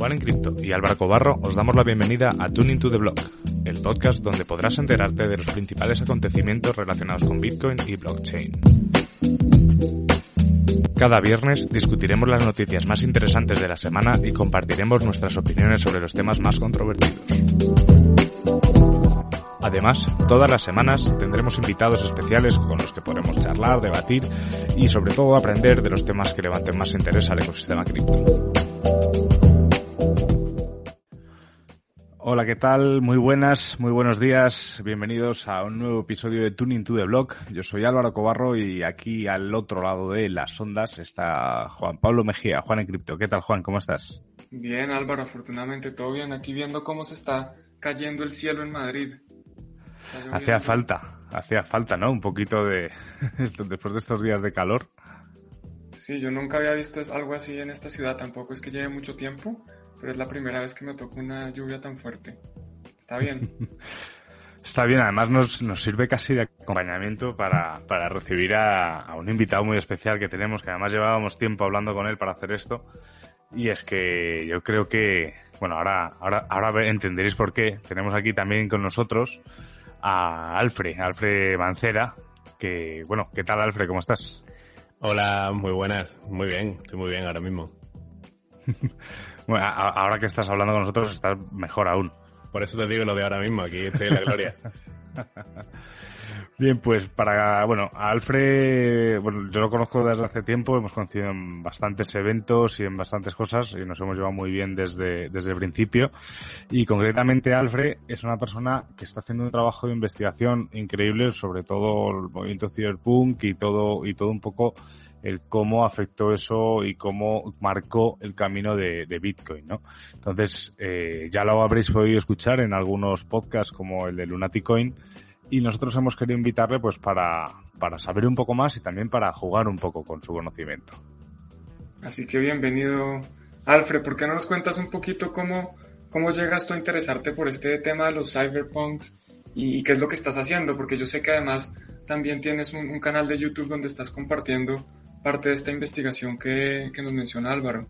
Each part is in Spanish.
Juan en Cripto y Álvaro Cobarro os damos la bienvenida a Tuning to the Block, el podcast donde podrás enterarte de los principales acontecimientos relacionados con Bitcoin y blockchain. Cada viernes discutiremos las noticias más interesantes de la semana y compartiremos nuestras opiniones sobre los temas más controvertidos. Además, todas las semanas tendremos invitados especiales con los que podremos charlar, debatir y sobre todo aprender de los temas que levanten más interés al ecosistema cripto. Hola, ¿qué tal? Muy buenas, muy buenos días. Bienvenidos a un nuevo episodio de Tuning to the Block. Yo soy Álvaro Cobarro y aquí al otro lado de las ondas está Juan Pablo Mejía, Juan en Cripto. ¿Qué tal, Juan? ¿Cómo estás? Bien, Álvaro, afortunadamente todo bien. Aquí viendo cómo se está cayendo el cielo en Madrid. Hacía falta, ¿no? Un poquito de después de estos días de calor. Sí, yo nunca había visto algo así en esta ciudad, tampoco es que lleve mucho tiempo, pero es la primera vez que me tocó una lluvia tan fuerte. Está bien. Está bien, además nos sirve casi de acompañamiento para recibir a un invitado muy especial que tenemos, que además llevábamos tiempo hablando con él para hacer esto. Y es que yo creo que, bueno, ahora entenderéis por qué. Tenemos aquí también con nosotros a Alfred Mancera, que, bueno, ¿qué tal, Alfred? ¿Cómo estás? Hola, muy buenas. Muy bien, estoy muy bien ahora mismo. Bueno, ahora que estás hablando con nosotros estás mejor aún. Por eso te digo lo de ahora mismo, aquí estoy en la gloria. Bien, pues a Alfred, bueno, yo lo conozco desde hace tiempo, hemos coincidido en bastantes eventos y en bastantes cosas y nos hemos llevado muy bien desde el principio. Y concretamente Alfred es una persona que está haciendo un trabajo de investigación increíble sobre todo el movimiento cyberpunk y todo un poco el cómo afectó eso y cómo marcó el camino de Bitcoin, ¿no? Entonces, ya lo habréis podido escuchar en algunos podcasts como el de Lunaticoin. Y nosotros hemos querido invitarle pues para saber un poco más y también para jugar un poco con su conocimiento. Así que bienvenido, Alfred. ¿Por qué no nos cuentas un poquito cómo llegas tú a interesarte por este tema de los cyberpunks y qué es lo que estás haciendo? Porque yo sé que además también tienes un canal de YouTube donde estás compartiendo parte de esta investigación que nos menciona Álvaro.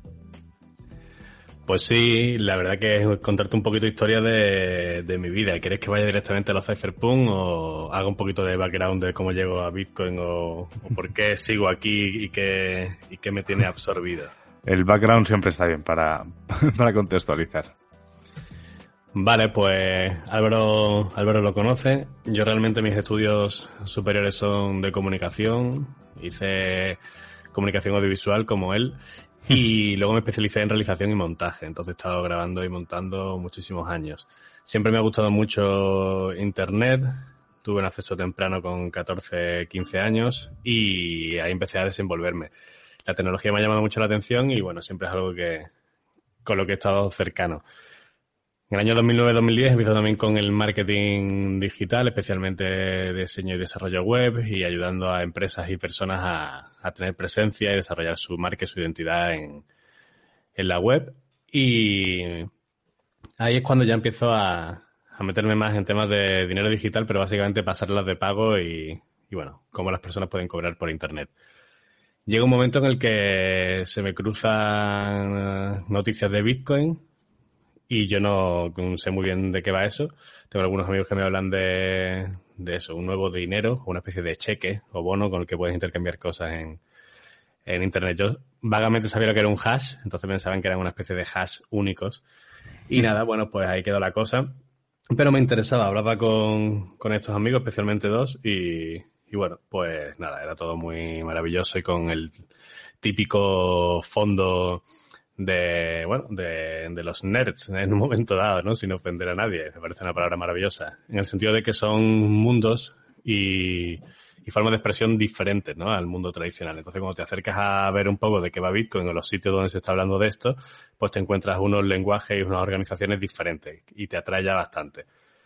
Pues sí, la verdad que es contarte un poquito de historia de mi vida. ¿Quieres que vaya directamente a los cypherpunk o haga un poquito de background de cómo llego a Bitcoin o por qué sigo aquí y qué me tiene absorbido? El background siempre está bien para contextualizar. Vale, pues Álvaro lo conoce. Yo realmente mis estudios superiores son de comunicación. Hice comunicación audiovisual como él. Y luego me especialicé en realización y montaje, entonces he estado grabando y montando muchísimos años. Siempre me ha gustado mucho Internet, tuve un acceso temprano con 14, 15 años y ahí empecé a desenvolverme. La tecnología me ha llamado mucho la atención y bueno, siempre es algo con lo que he estado cercano. En el año 2009-2010 empecé también con el marketing digital, especialmente diseño y desarrollo web y ayudando a empresas y personas a tener presencia y desarrollar su marca y su identidad en la web. Y ahí es cuando ya empiezo a meterme más en temas de dinero digital, pero básicamente pasarlas de pago y bueno, cómo las personas pueden cobrar por Internet. Llega un momento en el que se me cruzan noticias de Bitcoin y yo no sé muy bien de qué va eso. Tengo algunos amigos que me hablan de eso, un nuevo dinero, una especie de cheque o bono con el que puedes intercambiar cosas en Internet. Yo vagamente sabía lo que era un hash, entonces pensaban que eran una especie de hash únicos. Y nada, bueno, pues ahí quedó la cosa. Pero me interesaba, hablaba con estos amigos, especialmente dos, y bueno, pues nada, era todo muy maravilloso y con el típico fondo de los nerds en un momento dado, ¿no? Sin ofender a nadie. Me parece una palabra maravillosa. En el sentido de que son mundos y formas de expresión diferentes, ¿no? Al mundo tradicional. Entonces, cuando te acercas a ver un poco de qué va Bitcoin o los sitios donde se está hablando de esto, pues te encuentras unos lenguajes y unas organizaciones diferentes y te atrae ya bastante.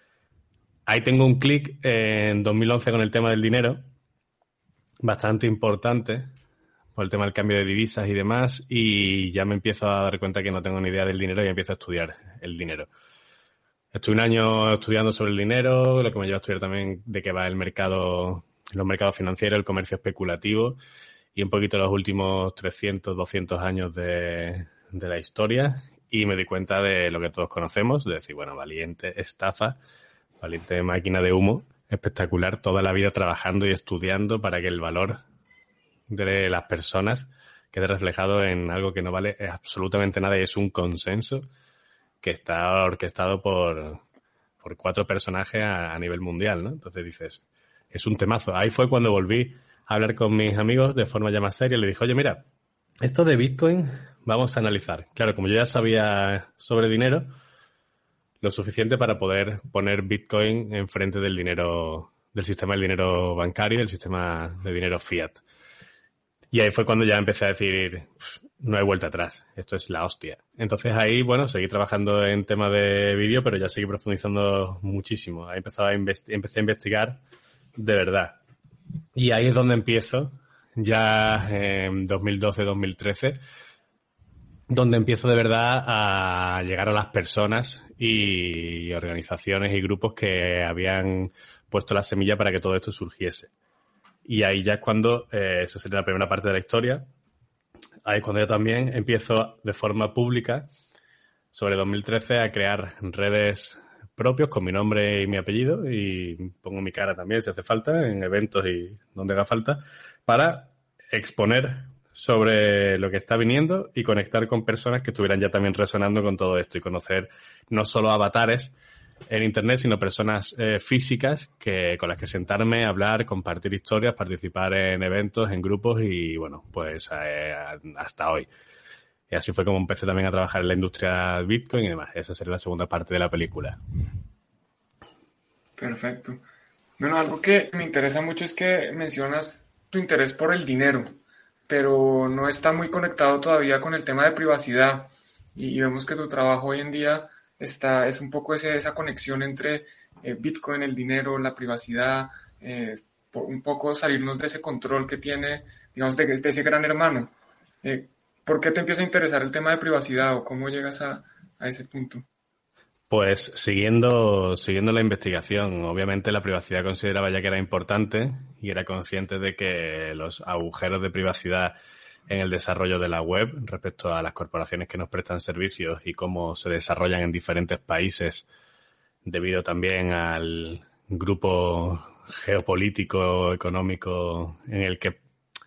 Ahí tengo un clic en 2011 con el tema del dinero, bastante importante, por el tema del cambio de divisas y demás, y ya me empiezo a dar cuenta que no tengo ni idea del dinero y empiezo a estudiar el dinero. Estuve un año estudiando sobre el dinero, lo que me lleva a estudiar también de qué va los mercados financieros, el comercio especulativo y un poquito los últimos 300, 200 años de la historia. y me di cuenta de lo que todos conocemos, de decir, bueno, valiente estafa, valiente máquina de humo, espectacular, toda la vida trabajando y estudiando para que el valor de las personas quede reflejado en algo que no vale absolutamente nada y es un consenso que está orquestado por 4 personajes a nivel mundial, ¿no? Entonces dices, es un temazo. Ahí fue cuando volví a hablar con mis amigos de forma ya más seria. Le dije, oye, mira, esto de Bitcoin vamos a analizar. Claro, como yo ya sabía sobre dinero, lo suficiente para poder poner Bitcoin enfrente del dinero, del sistema del dinero bancario y del sistema de dinero fiat. Y ahí fue cuando ya empecé a decir, no hay vuelta atrás, esto es la hostia. Entonces ahí, bueno, seguí trabajando en tema de vídeo, pero ya seguí profundizando muchísimo. Ahí empecé a investigar de verdad. Y ahí es donde empiezo, ya en 2012-2013, donde empiezo de verdad a llegar a las personas y organizaciones y grupos que habían puesto la semilla para que todo esto surgiese. Y ahí ya es cuando, eso sería la primera parte de la historia, ahí es cuando yo también empiezo de forma pública, sobre 2013, a crear redes propios con mi nombre y mi apellido y pongo mi cara también si hace falta en eventos y donde haga falta para exponer sobre lo que está viniendo y conectar con personas que estuvieran ya también resonando con todo esto y conocer no solo avatares en internet, sino personas físicas con las que sentarme, hablar, compartir historias, participar en eventos, en grupos y bueno, pues hasta hoy. Y así fue como empecé también a trabajar en la industria Bitcoin y demás. Esa sería la segunda parte de la película. Perfecto. Bueno, algo que me interesa mucho es que mencionas tu interés por el dinero, pero no está muy conectado todavía con el tema de privacidad. Y vemos que tu trabajo hoy en día es un poco esa conexión entre Bitcoin, el dinero, la privacidad, un poco salirnos de ese control que tiene, digamos, de ese gran hermano. ¿Por qué te empieza a interesar el tema de privacidad o cómo llegas a ese punto? Pues siguiendo la investigación, obviamente la privacidad consideraba ya que era importante y era consciente de que los agujeros de privacidad en el desarrollo de la web respecto a las corporaciones que nos prestan servicios y cómo se desarrollan en diferentes países debido también al grupo geopolítico, económico en el que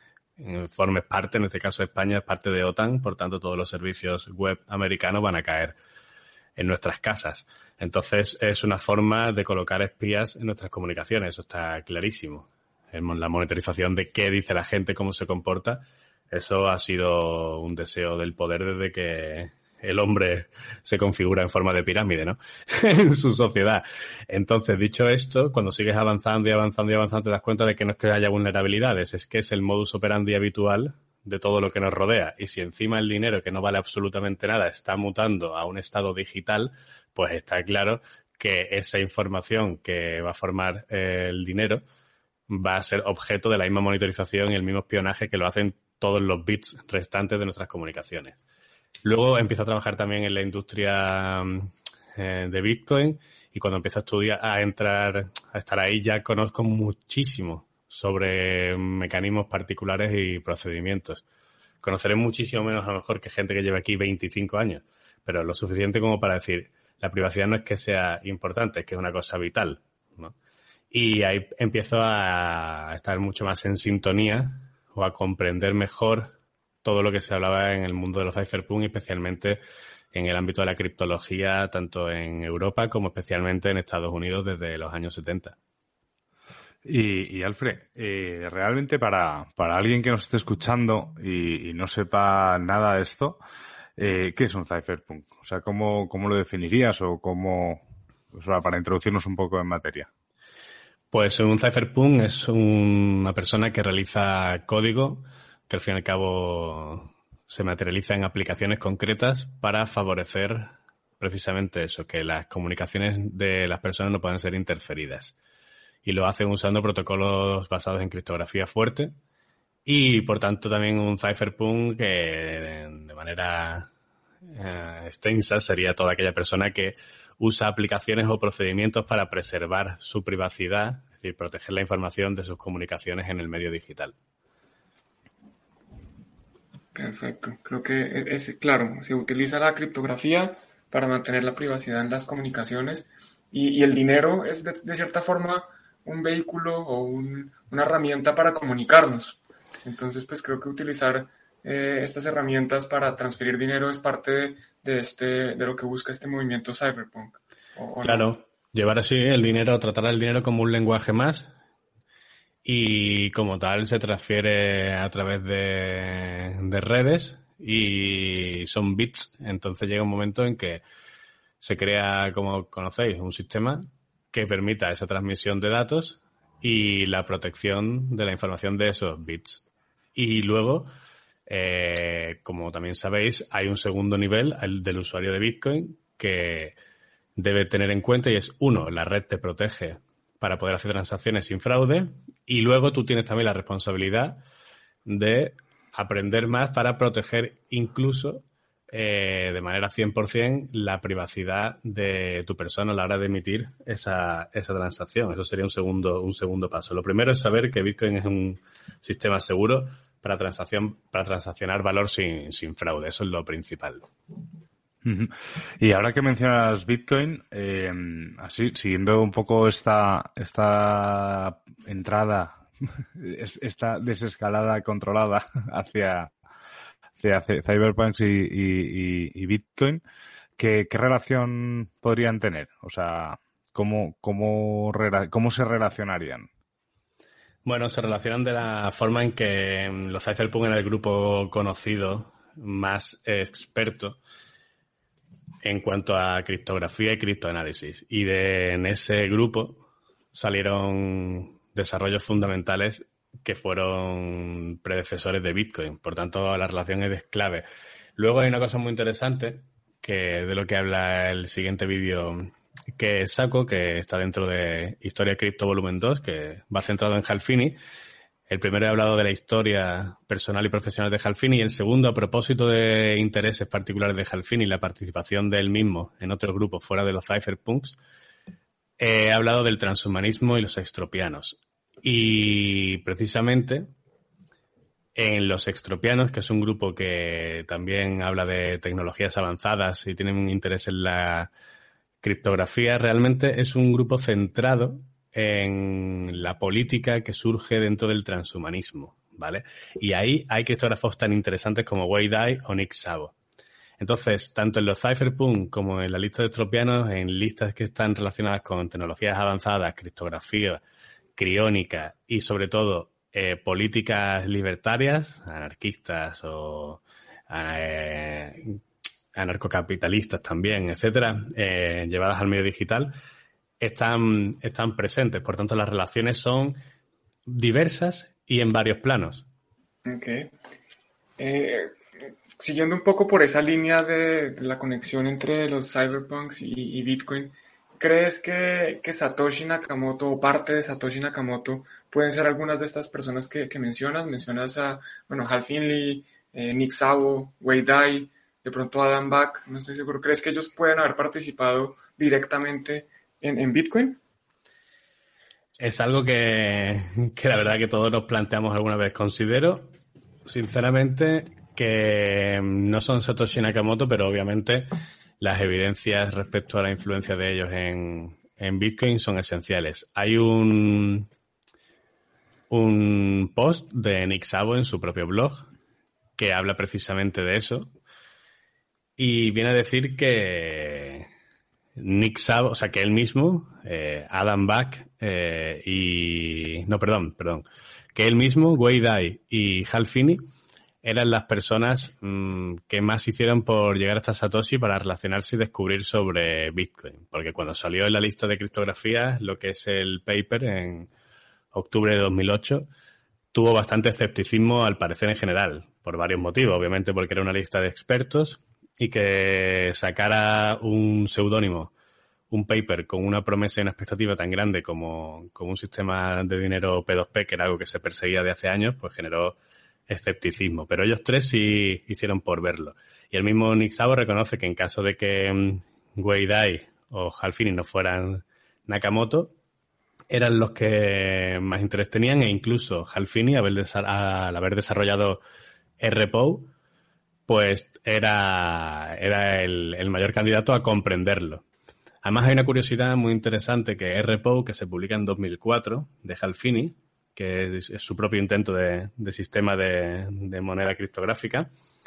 formes parte, en este caso España es parte de OTAN, por tanto todos los servicios web americanos van a caer en nuestras casas. Entonces es una forma de colocar espías en nuestras comunicaciones, eso está clarísimo. La monitorización de qué dice la gente, cómo se comporta, eso ha sido un deseo del poder desde que el hombre se configura en forma de pirámide, ¿no? En su sociedad. Entonces, dicho esto, cuando sigues avanzando y avanzando y avanzando, te das cuenta de que no es que haya vulnerabilidades, es que es el modus operandi habitual de todo lo que nos rodea. Y si encima el dinero, que no vale absolutamente nada, está mutando a un estado digital, pues está claro que esa información que va a formar el dinero va a ser objeto de la misma monitorización y el mismo espionaje que lo hacen todos los bits restantes de nuestras comunicaciones. Luego empiezo a trabajar también en la industria de Bitcoin y cuando empiezo a estudiar, a estar ahí, ya conozco muchísimo sobre mecanismos particulares y procedimientos. Conoceré muchísimo menos a lo mejor que gente que lleva aquí 25 años, pero lo suficiente como para decir, la privacidad no es que sea importante, es que es una cosa vital, ¿no? Y ahí empiezo a estar mucho más en sintonía o a comprender mejor todo lo que se hablaba en el mundo de los cypherpunks, especialmente en el ámbito de la criptología, tanto en Europa como especialmente en Estados Unidos desde los años 70. Y Alfred, realmente para alguien que nos esté escuchando y no sepa nada de esto, ¿qué es un cypherpunk? O sea, ¿cómo lo definirías o para introducirnos un poco en materia? Pues un cypherpunk es una persona que realiza código que al fin y al cabo se materializa en aplicaciones concretas para favorecer precisamente eso, que las comunicaciones de las personas no puedan ser interferidas. Y lo hacen usando protocolos basados en criptografía fuerte y, por tanto, también un cypherpunk que de manera extensa sería toda aquella persona que usa aplicaciones o procedimientos para preservar su privacidad, es decir, proteger la información de sus comunicaciones en el medio digital. Perfecto. Creo que es claro, se utiliza la criptografía para mantener la privacidad en las comunicaciones y el dinero es de cierta forma un vehículo o una herramienta para comunicarnos. Entonces, pues creo que utilizar estas herramientas para transferir dinero es parte de lo que busca este movimiento cyberpunk. ¿O no? Claro, llevar así el dinero, tratar el dinero como un lenguaje más y como tal se transfiere a través de redes y son bits. Entonces llega un momento en que se crea, como conocéis, un sistema que permita esa transmisión de datos y la protección de la información de esos bits. Y luego, como también sabéis, hay un segundo nivel, el del usuario de Bitcoin, que debe tener en cuenta y es, uno, la red te protege para poder hacer transacciones sin fraude y luego tú tienes también la responsabilidad de aprender más para proteger incluso de manera 100% la privacidad de tu persona a la hora de emitir esa transacción. Eso sería un segundo paso. Lo primero es saber que Bitcoin es un sistema seguro para transaccionar valor sin fraude. Eso es lo principal. Y ahora que mencionas Bitcoin, así siguiendo un poco esta entrada, esta desescalada controlada hacia Cyberpunks y Bitcoin, ¿qué relación podrían tener? O sea, ¿cómo se relacionarían? Bueno, se relacionan de la forma en que los Cypherpunk era el grupo conocido más experto en cuanto a criptografía y criptoanálisis. Y en ese grupo salieron desarrollos fundamentales que fueron predecesores de Bitcoin. Por tanto, la relación es clave. Luego hay una cosa muy interesante, que de lo que habla el siguiente vídeo que saco, que está dentro de Historia Cripto Volumen 2, que va centrado en Hal Finney. El primero he hablado de la historia personal y profesional de Hal Finney y el segundo, a propósito de intereses particulares de Hal Finney y la participación de él mismo en otros grupos fuera de los cypherpunks, he hablado del transhumanismo y los extropianos. Y precisamente en los extropianos, que es un grupo que también habla de tecnologías avanzadas y tienen un interés en la criptografía, realmente es un grupo centrado en la política que surge dentro del transhumanismo, ¿vale? Y ahí hay criptógrafos tan interesantes como Wei Dai o Nick Szabo. Entonces, tanto en los cypherpunk como en la lista de extropianos, en listas que están relacionadas con tecnologías avanzadas, criptografía, criónica y sobre todo políticas libertarias, anarquistas o anarcocapitalistas también, etcétera, llevadas al medio digital, están presentes. Por tanto, las relaciones son diversas y en varios planos. Ok. Siguiendo un poco por esa línea de la conexión entre los cyberpunks y Bitcoin, ¿crees que Satoshi Nakamoto o parte de Satoshi Nakamoto pueden ser algunas de estas personas que mencionas? Mencionas a, bueno, Hal Finney, Nick Szabo, Wei Dai, de pronto Adam Back, no estoy seguro. ¿Crees que ellos pueden haber participado directamente en Bitcoin? Es algo que la verdad que todos nos planteamos alguna vez. Considero, sinceramente, que no son Satoshi Nakamoto, pero obviamente las evidencias respecto a la influencia de ellos en Bitcoin son esenciales. Hay un post de Nick Szabo en su propio blog que habla precisamente de eso y viene a decir que Nick Szabo, o sea, que él mismo, Adam Back que él mismo, Wei Dai y Hal Finney eran las personas que más hicieron por llegar hasta Satoshi para relacionarse y descubrir sobre Bitcoin. Porque cuando salió en la lista de criptografía, lo que es el paper en octubre de 2008, tuvo bastante escepticismo al parecer en general, por varios motivos. Obviamente porque era una lista de expertos y que sacara un seudónimo, un paper con una promesa y una expectativa tan grande como un sistema de dinero P2P, que era algo que se perseguía de hace años, pues generó escepticismo. Pero ellos tres sí hicieron por verlo. Y el mismo Nick Szabo reconoce que en caso de que Wei Dai o Hal Finney no fueran Nakamoto, eran los que más interés tenían, e incluso Hal Finney, al haber desarrollado RPow, pues era el mayor candidato a comprenderlo. Además hay una curiosidad muy interesante que RPO, que se publica en 2004, de Hal Finney, que es su propio intento de sistema de moneda criptográfica,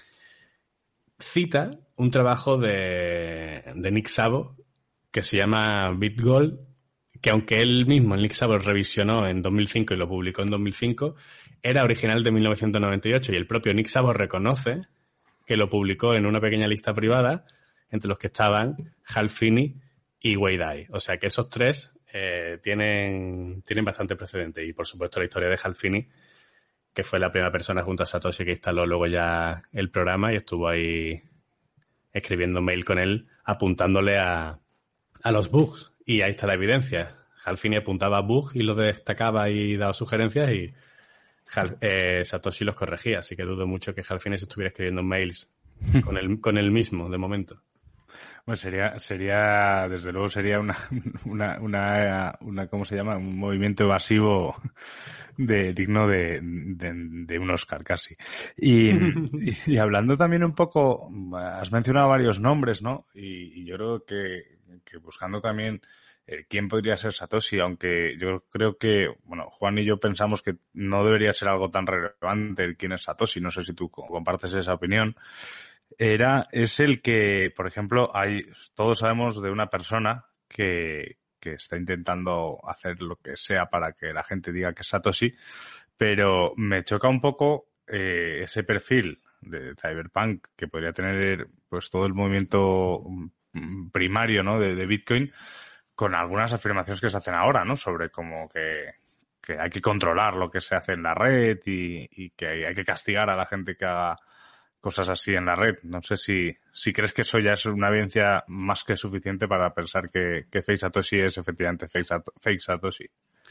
cita un trabajo de Nick Szabo que se llama BitGold, que aunque él mismo, Nick Szabo, revisionó en 2005 y lo publicó en 2005, era original de 1998 y el propio Nick Szabo reconoce que lo publicó en una pequeña lista privada entre los que estaban Hal Finney y Wei Dai. O sea que esos tres tienen bastante precedente. Y por supuesto la historia de Hal Finney, que fue la primera persona junto a Satoshi que instaló luego ya el programa y estuvo ahí escribiendo mail con él, apuntándole a los bugs. Y ahí está la evidencia. Hal Finney apuntaba a bugs y los destacaba y daba sugerencias y Satoshi los corregía. Así que dudo mucho que Hal Finney se estuviera escribiendo mails con él mismo, de momento. Bueno, sería, desde luego sería una ¿cómo se llama? Un movimiento evasivo digno de un Oscar casi. Y hablando también un poco, has mencionado varios nombres, ¿no? Y yo creo que buscando también quién podría ser Satoshi, aunque yo creo que, bueno, Juan y yo pensamos que no debería ser algo tan relevante el quién es Satoshi. No sé si tú compartes esa opinión. Es el que, por ejemplo, todos sabemos de una persona que está intentando hacer lo que sea para que la gente diga que es Satoshi, pero me choca un poco ese perfil de Cyberpunk que podría tener pues todo el movimiento primario, ¿no? de Bitcoin, con algunas afirmaciones que se hacen ahora, ¿no? Sobre como que hay que controlar lo que se hace en la red y que hay que castigar a la gente que haga cosas así en la red. No sé si crees que eso ya es una evidencia más que suficiente para pensar que Fake Satoshi es efectivamente Fake Satoshi.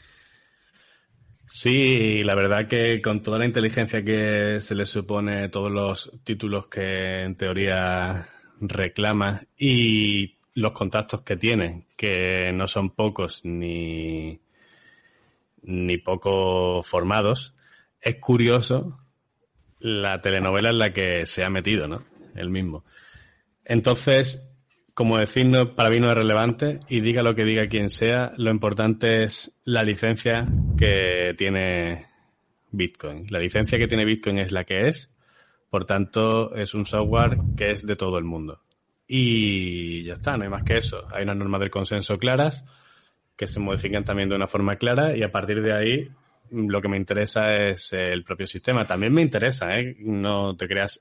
Sí, la verdad que con toda la inteligencia que se le supone, todos los títulos que en teoría reclama y los contactos que tiene, que no son pocos ni poco formados, es curioso la telenovela en la que se ha metido, ¿no? Él mismo. Entonces, como decir, para mí no es relevante y diga lo que diga quien sea, lo importante es la licencia que tiene Bitcoin. La licencia que tiene Bitcoin es la que es, por tanto, es un software que es de todo el mundo. Y ya está, no hay más que eso. Hay unas normas del consenso claras que se modifican también de una forma clara y a partir de ahí lo que me interesa es el propio sistema. También me interesa, no te creas,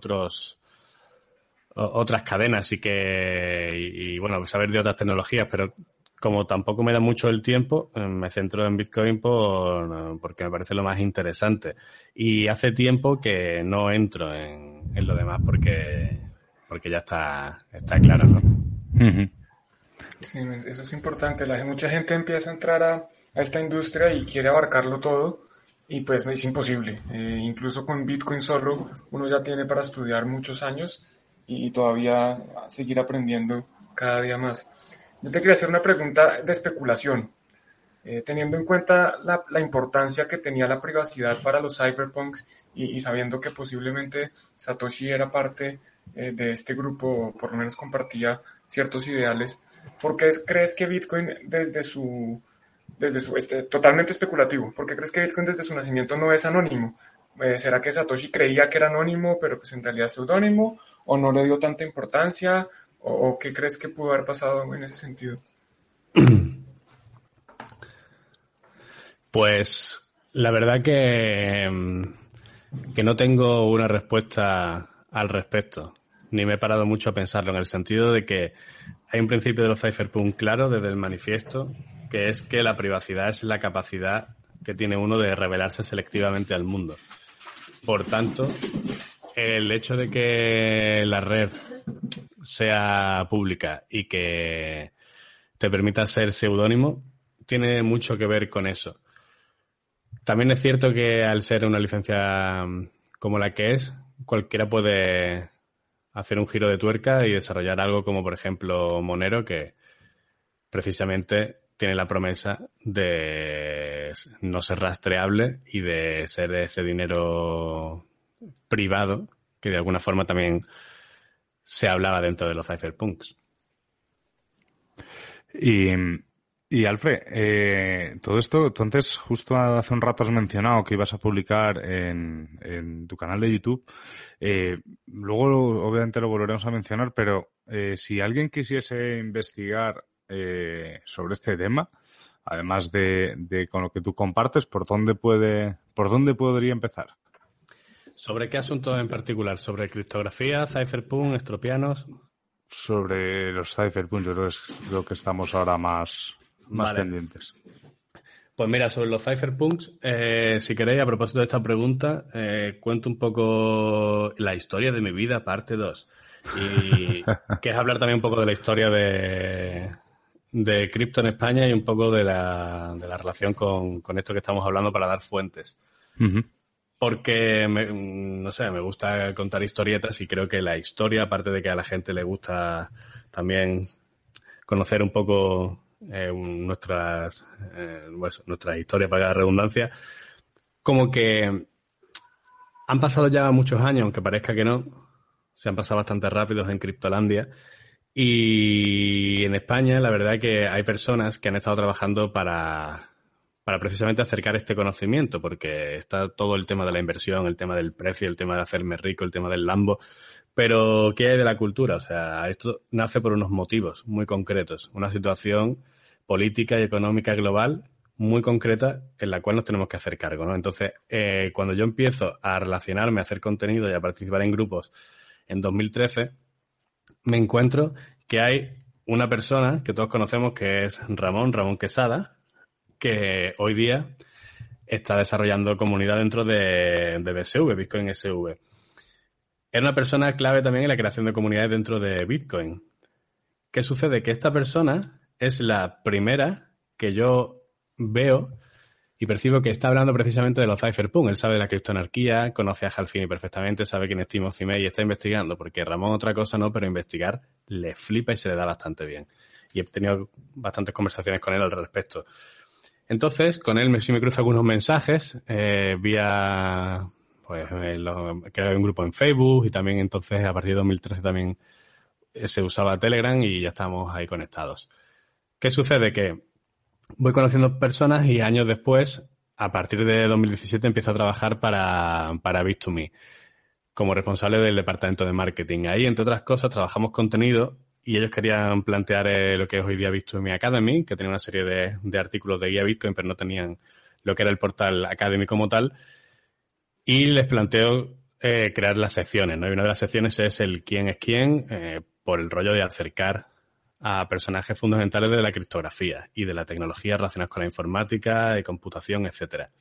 otras cadenas y bueno, saber de otras tecnologías, pero como tampoco me da mucho el tiempo, me centro en Bitcoin porque me parece lo más interesante. Y hace tiempo que no entro en lo demás porque ya está claro, ¿no? Uh-huh. Sí, eso es importante. Mucha gente empieza a entrar a esta industria y quiere abarcarlo todo y pues es imposible. Incluso con Bitcoin solo uno ya tiene para estudiar muchos años y todavía seguir aprendiendo cada día más. Yo te quería hacer una pregunta de especulación. Teniendo en cuenta la importancia que tenía la privacidad para los cypherpunks y sabiendo que posiblemente Satoshi era parte de este grupo, por lo menos compartía ciertos ideales, ¿por qué crees que Bitcoin totalmente especulativo, ¿por qué crees que Bitcoin desde su nacimiento no es anónimo? ¿Será que Satoshi creía que era anónimo, pero pues en realidad es seudónimo, o no le dio tanta importancia, o qué crees que pudo haber pasado en ese sentido? Pues la verdad que no tengo una respuesta al respecto, ni me he parado mucho a pensarlo, en el sentido de que hay un principio de los cypherpunk claro desde el manifiesto, que es que la privacidad es la capacidad que tiene uno de revelarse selectivamente al mundo. Por tanto, el hecho de que la red sea pública y que te permita ser seudónimo tiene mucho que ver con eso. También es cierto que al ser una licencia como la que es, cualquiera puede hacer un giro de tuerca y desarrollar algo como, por ejemplo, Monero, que precisamente tiene la promesa de no ser rastreable y de ser ese dinero privado que de alguna forma también se hablaba dentro de los cypherpunks. Y Alfred, todo esto, tú antes, justo hace un rato has mencionado que ibas a publicar en tu canal de YouTube. Luego, obviamente, lo volveremos a mencionar, pero si alguien quisiese investigar sobre este tema, además de con lo que tú compartes, ¿por dónde podría empezar? ¿Sobre qué asunto en particular? ¿Sobre criptografía, cypherpunk, estropianos? Sobre los cypherpunks, yo creo que es lo que estamos ahora más Vale. pendientes. Pues mira, sobre los cypherpunks, si queréis, a propósito de esta pregunta, cuento un poco la historia de mi vida, parte 2. Y que es hablar también un poco de la historia de cripto en España y un poco de la relación con esto que estamos hablando para dar fuentes. Uh-huh. Porque, no sé, me gusta contar historietas y creo que la historia, aparte de que a la gente le gusta también conocer un poco nuestras historias, para la redundancia, como que han pasado ya muchos años, aunque parezca que no, se han pasado bastante rápidos en Criptolandia. Y en España, la verdad es que hay personas que han estado trabajando para precisamente acercar este conocimiento, porque está todo el tema de la inversión, el tema del precio, el tema de hacerme rico, el tema del Lambo. Pero, ¿qué hay de la cultura? O sea, esto nace por unos motivos muy concretos, una situación política y económica global muy concreta en la cual nos tenemos que hacer cargo, ¿no? Entonces, cuando yo empiezo a relacionarme, a hacer contenido y a participar en grupos en 2013, me encuentro que hay una persona que todos conocemos que es Ramón Quesada, que hoy día está desarrollando comunidad dentro de BSV, Bitcoin SV. Era una persona clave también en la creación de comunidades dentro de Bitcoin. ¿Qué sucede? Que esta persona es la primera que yo veo y percibo que está hablando precisamente de los cypherpunk. Él sabe de la criptoanarquía, conoce a Halfini perfectamente, sabe quién es Timothy May y está investigando, porque Ramón otra cosa no, pero investigar le flipa y se le da bastante bien. Y he tenido bastantes conversaciones con él al respecto. Entonces, con él sí me cruzo algunos mensajes vía, pues, creo un grupo en Facebook y también entonces a partir de 2013 también se usaba Telegram y ya estamos ahí conectados. ¿Qué sucede? Que voy conociendo personas y años después, a partir de 2017, empiezo a trabajar para Bit2Me como responsable del departamento de marketing. Ahí, entre otras cosas, trabajamos contenido y ellos querían plantear lo que es hoy día Bit2Me Academy, que tenía una serie de artículos de guía Bitcoin, pero no tenían lo que era el portal Academy como tal. Y les planteo crear las secciones, ¿no? Y una de las secciones es el quién es quién, por el rollo de acercar a personajes fundamentales de la criptografía y de la tecnología relacionadas con la informática y computación, etcétera.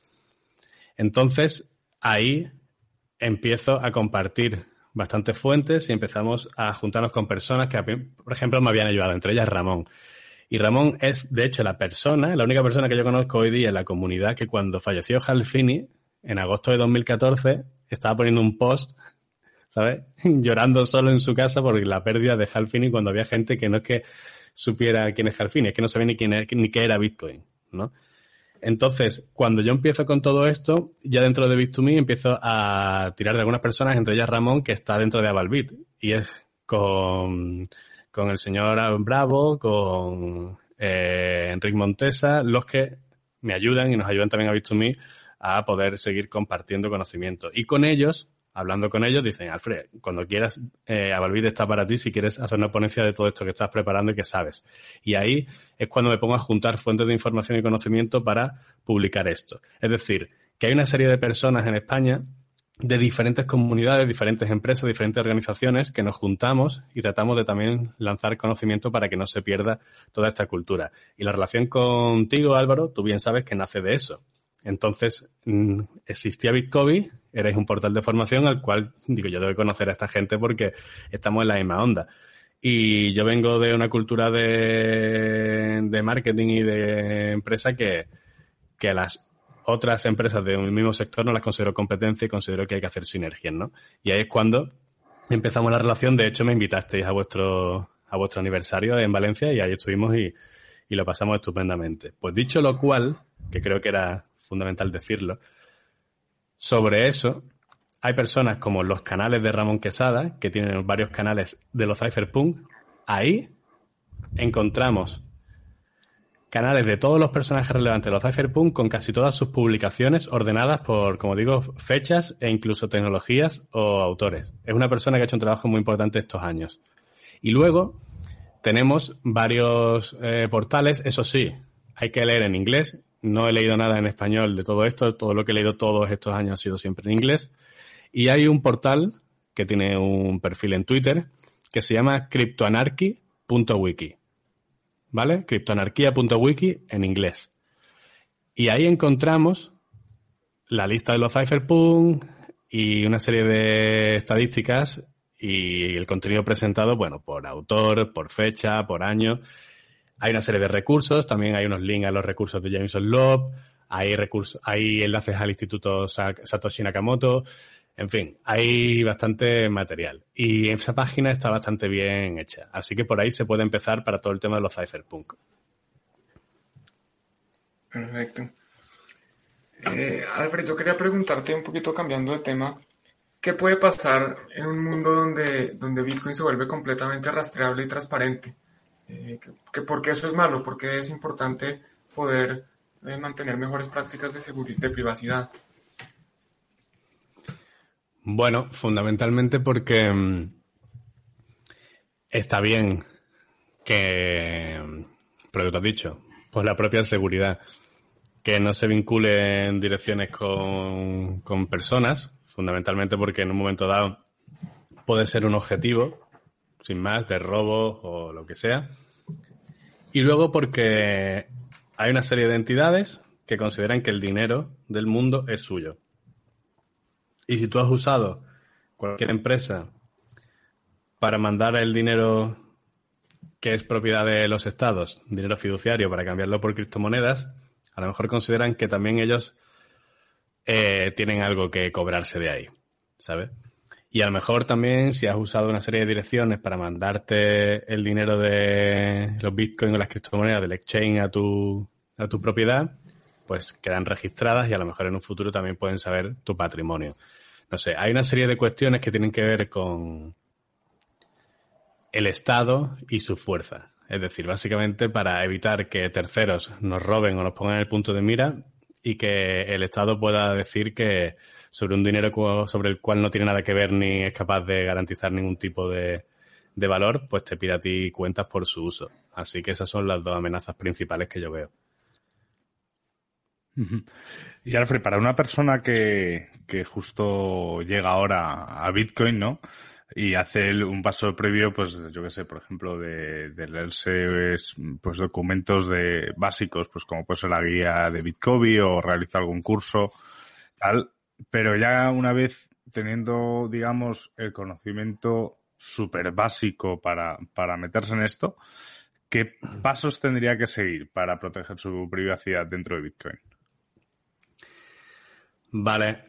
Entonces, ahí empiezo a compartir bastantes fuentes y empezamos a juntarnos con personas que, por ejemplo, me habían ayudado, entre ellas Ramón. Y Ramón es, de hecho, la única persona que yo conozco hoy día en la comunidad que cuando falleció Halfini, en agosto de 2014, estaba poniendo un post, ¿sabes? Llorando solo en su casa por la pérdida de Halfini, cuando había gente que no es que supiera quién es Halfini, es que no sabía ni qué era Bitcoin, ¿no? Entonces, cuando yo empiezo con todo esto, ya dentro de Bit2Me empiezo a tirar de algunas personas, entre ellas Ramón, que está dentro de Avalbit. Y es con el señor Bravo, con Enric Montesa, los que me ayudan y nos ayudan también a Bit2Me a poder seguir compartiendo conocimiento. Y con ellos, hablando con ellos, dicen, Alfred, cuando quieras, Avalbit está para ti si quieres hacer una ponencia de todo esto que estás preparando y que sabes. Y ahí es cuando me pongo a juntar fuentes de información y conocimiento para publicar esto. Es decir, que hay una serie de personas en España de diferentes comunidades, diferentes empresas, diferentes organizaciones que nos juntamos y tratamos de también lanzar conocimiento para que no se pierda toda esta cultura. Y la relación contigo, Álvaro, tú bien sabes que nace de eso. Entonces, existía Bitcoin, erais un portal de formación al cual, digo, yo debo conocer a esta gente porque estamos en la misma onda. Y yo vengo de una cultura de marketing y de empresa que a las otras empresas del mismo sector no las considero competencia y considero que hay que hacer sinergias, ¿no? Y ahí es cuando empezamos la relación. De hecho, me invitasteis a vuestro aniversario en Valencia y ahí estuvimos y lo pasamos estupendamente. Pues dicho lo cual, que creo que era fundamental decirlo, sobre eso, hay personas como los canales de Ramón Quesada, que tienen varios canales de los cypherpunk. Ahí encontramos canales de todos los personajes relevantes de los cypherpunk con casi todas sus publicaciones ordenadas por, como digo, fechas e incluso tecnologías o autores. Es una persona que ha hecho un trabajo muy importante estos años. Y luego tenemos varios portales, eso sí, hay que leer en inglés. No he leído nada en español de todo esto, todo lo que he leído todos estos años ha sido siempre en inglés. Y hay un portal que tiene un perfil en Twitter que se llama cryptoanarchy.wiki. ¿Vale? Cryptoanarquía.wiki en inglés. Y ahí encontramos la lista de los cypherpunk y una serie de estadísticas y el contenido presentado, bueno, por autor, por fecha, por año. Hay una serie de recursos, también hay unos links a los recursos de Jameson Loeb, hay enlaces al Instituto Satoshi Nakamoto. En fin, hay bastante material y esa página está bastante bien hecha. Así que por ahí se puede empezar para todo el tema de los cypherpunk. Perfecto. Alfred, yo quería preguntarte un poquito cambiando de tema, ¿qué puede pasar en un mundo donde Bitcoin se vuelve completamente rastreable y transparente? ¿Por qué eso es malo? ¿Por qué es importante poder mantener mejores prácticas de seguridad, de privacidad? Bueno, fundamentalmente porque está bien que, pero que te has dicho, pues la propia seguridad, que no se vincule en direcciones con personas, fundamentalmente porque en un momento dado puede ser un objetivo, sin más, de robo o lo que sea. Y luego porque hay una serie de entidades que consideran que el dinero del mundo es suyo. Y si tú has usado cualquier empresa para mandar el dinero que es propiedad de los estados, dinero fiduciario, para cambiarlo por criptomonedas, a lo mejor consideran que también ellos tienen algo que cobrarse de ahí, ¿sabes? Y a lo mejor también si has usado una serie de direcciones para mandarte el dinero de los bitcoins o las criptomonedas del exchange a tu propiedad, pues quedan registradas y a lo mejor en un futuro también pueden saber tu patrimonio. No sé, hay una serie de cuestiones que tienen que ver con el Estado y su fuerza. Es decir, básicamente para evitar que terceros nos roben o nos pongan en el punto de mira y que el Estado pueda decir que sobre un dinero sobre el cual no tiene nada que ver ni es capaz de garantizar ningún tipo de valor, pues te pide a ti cuentas por su uso. Así que esas son las dos amenazas principales que yo veo. Y Alfred, para una persona que justo llega ahora a Bitcoin, ¿no? Y hace un paso previo, pues yo qué sé, por ejemplo, de leerse pues documentos básicos, pues como puede ser la guía de Bitcoin o realizar algún curso, tal. Pero ya una vez teniendo, digamos, el conocimiento súper básico para meterse en esto, ¿qué pasos tendría que seguir para proteger su privacidad dentro de Bitcoin? Vale.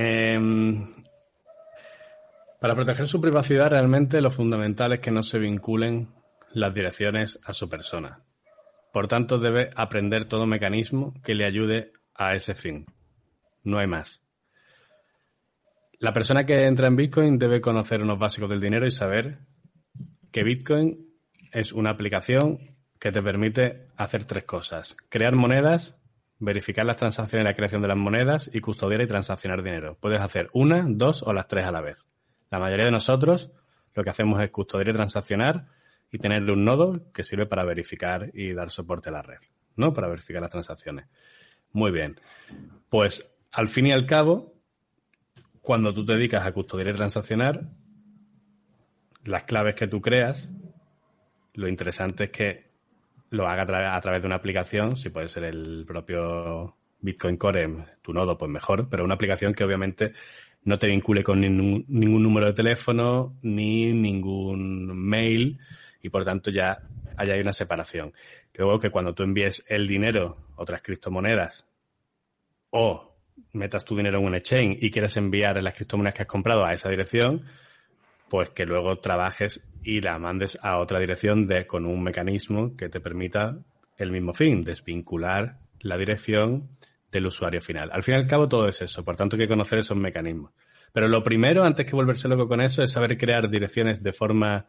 Para proteger su privacidad, realmente lo fundamental es que no se vinculen las direcciones a su persona. Por tanto, debe aprender todo mecanismo que le ayude a ese fin. No hay más. La persona que entra en Bitcoin debe conocer unos básicos del dinero y saber que Bitcoin es una aplicación que te permite hacer tres cosas: crear monedas, verificar las transacciones y la creación de las monedas y custodiar y transaccionar dinero. Puedes hacer una, dos o las tres a la vez. La mayoría de nosotros lo que hacemos es custodiar y transaccionar y tenerle un nodo que sirve para verificar y dar soporte a la red, ¿no? Para verificar las transacciones. Muy bien. Pues, al fin y al cabo, cuando tú te dedicas a custodiar y transaccionar, las claves que tú creas, lo interesante es que lo haga a través de una aplicación, si puede ser el propio Bitcoin Core, tu nodo, pues mejor, pero una aplicación que obviamente no te vincule con ningún número de teléfono ni ningún mail y por tanto ya haya una separación. Luego que cuando tú envíes el dinero, otras criptomonedas, o metas tu dinero en un exchange y quieres enviar las criptomonedas que has comprado a esa dirección, pues que luego trabajes y la mandes a otra dirección con un mecanismo que te permita el mismo fin, desvincular la dirección del usuario final. Al fin y al cabo todo es eso, por tanto hay que conocer esos mecanismos. Pero lo primero, antes que volverse loco con eso, es saber crear direcciones de forma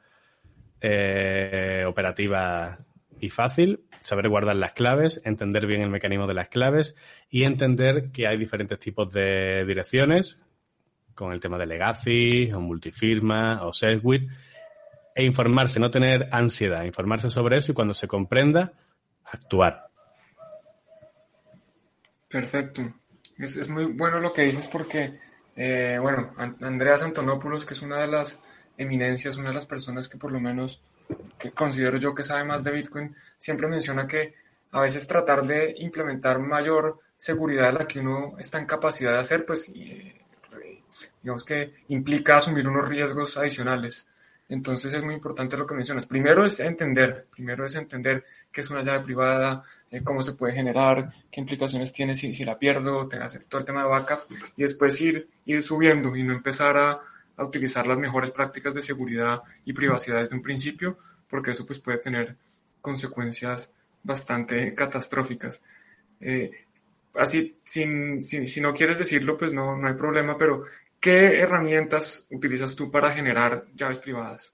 operativa y fácil, saber guardar las claves, entender bien el mecanismo de las claves y entender que hay diferentes tipos de direcciones, con el tema de legacy, o multifirma, o SegWit, e informarse, no tener ansiedad, informarse sobre eso y cuando se comprenda, actuar. Perfecto. Es muy bueno lo que dices porque, bueno, Andreas Antonopoulos, que es una de las eminencias, una de las personas que por lo menos que considero yo que sabe más de Bitcoin, siempre menciona que a veces tratar de implementar mayor seguridad de la que uno está en capacidad de hacer, pues digamos que implica asumir unos riesgos adicionales. Entonces es muy importante lo que mencionas. Primero es entender qué es una llave privada, cómo se puede generar, qué implicaciones tiene si la pierdo, hacer todo el tema de backups y después ir subiendo y no empezar a utilizar las mejores prácticas de seguridad y privacidad desde un principio, porque eso pues puede tener consecuencias bastante catastróficas. Así, si no quieres decirlo, pues no hay problema, pero ¿qué herramientas utilizas tú para generar llaves privadas?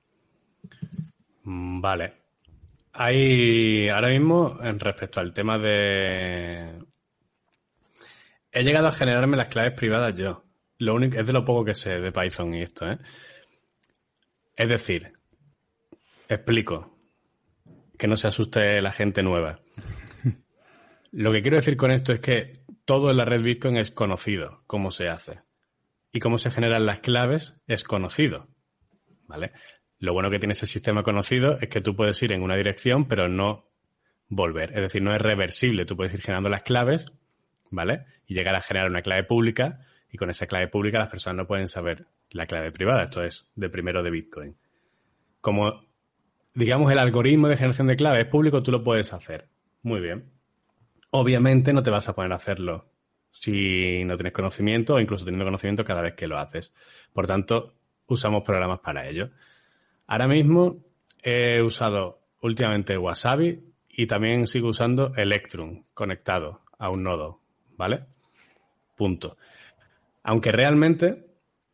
Vale. Hay, ahora mismo, respecto al tema de... He llegado a generarme las claves privadas yo. Lo único, es de lo poco que sé de Python y esto, ¿eh? Es decir, explico, que no se asuste la gente nueva. Lo que quiero decir con esto es que todo en la red Bitcoin es conocido, cómo se hace. Y cómo se generan las claves es conocido, ¿vale? Lo bueno que tiene ese sistema conocido es que tú puedes ir en una dirección, pero no volver. Es decir, no es reversible. Tú puedes ir generando las claves, ¿vale? Y llegar a generar una clave pública, y con esa clave pública las personas no pueden saber la clave privada. Esto es de primero de Bitcoin. Como, digamos, el algoritmo de generación de clave es público, tú lo puedes hacer. Muy bien. Obviamente no te vas a poner a hacerlo si no tienes conocimiento o incluso teniendo conocimiento cada vez que lo haces. Por tanto, usamos programas para ello. Ahora mismo he usado últimamente Wasabi y también sigo usando Electrum conectado a un nodo, ¿vale? Punto. Aunque realmente,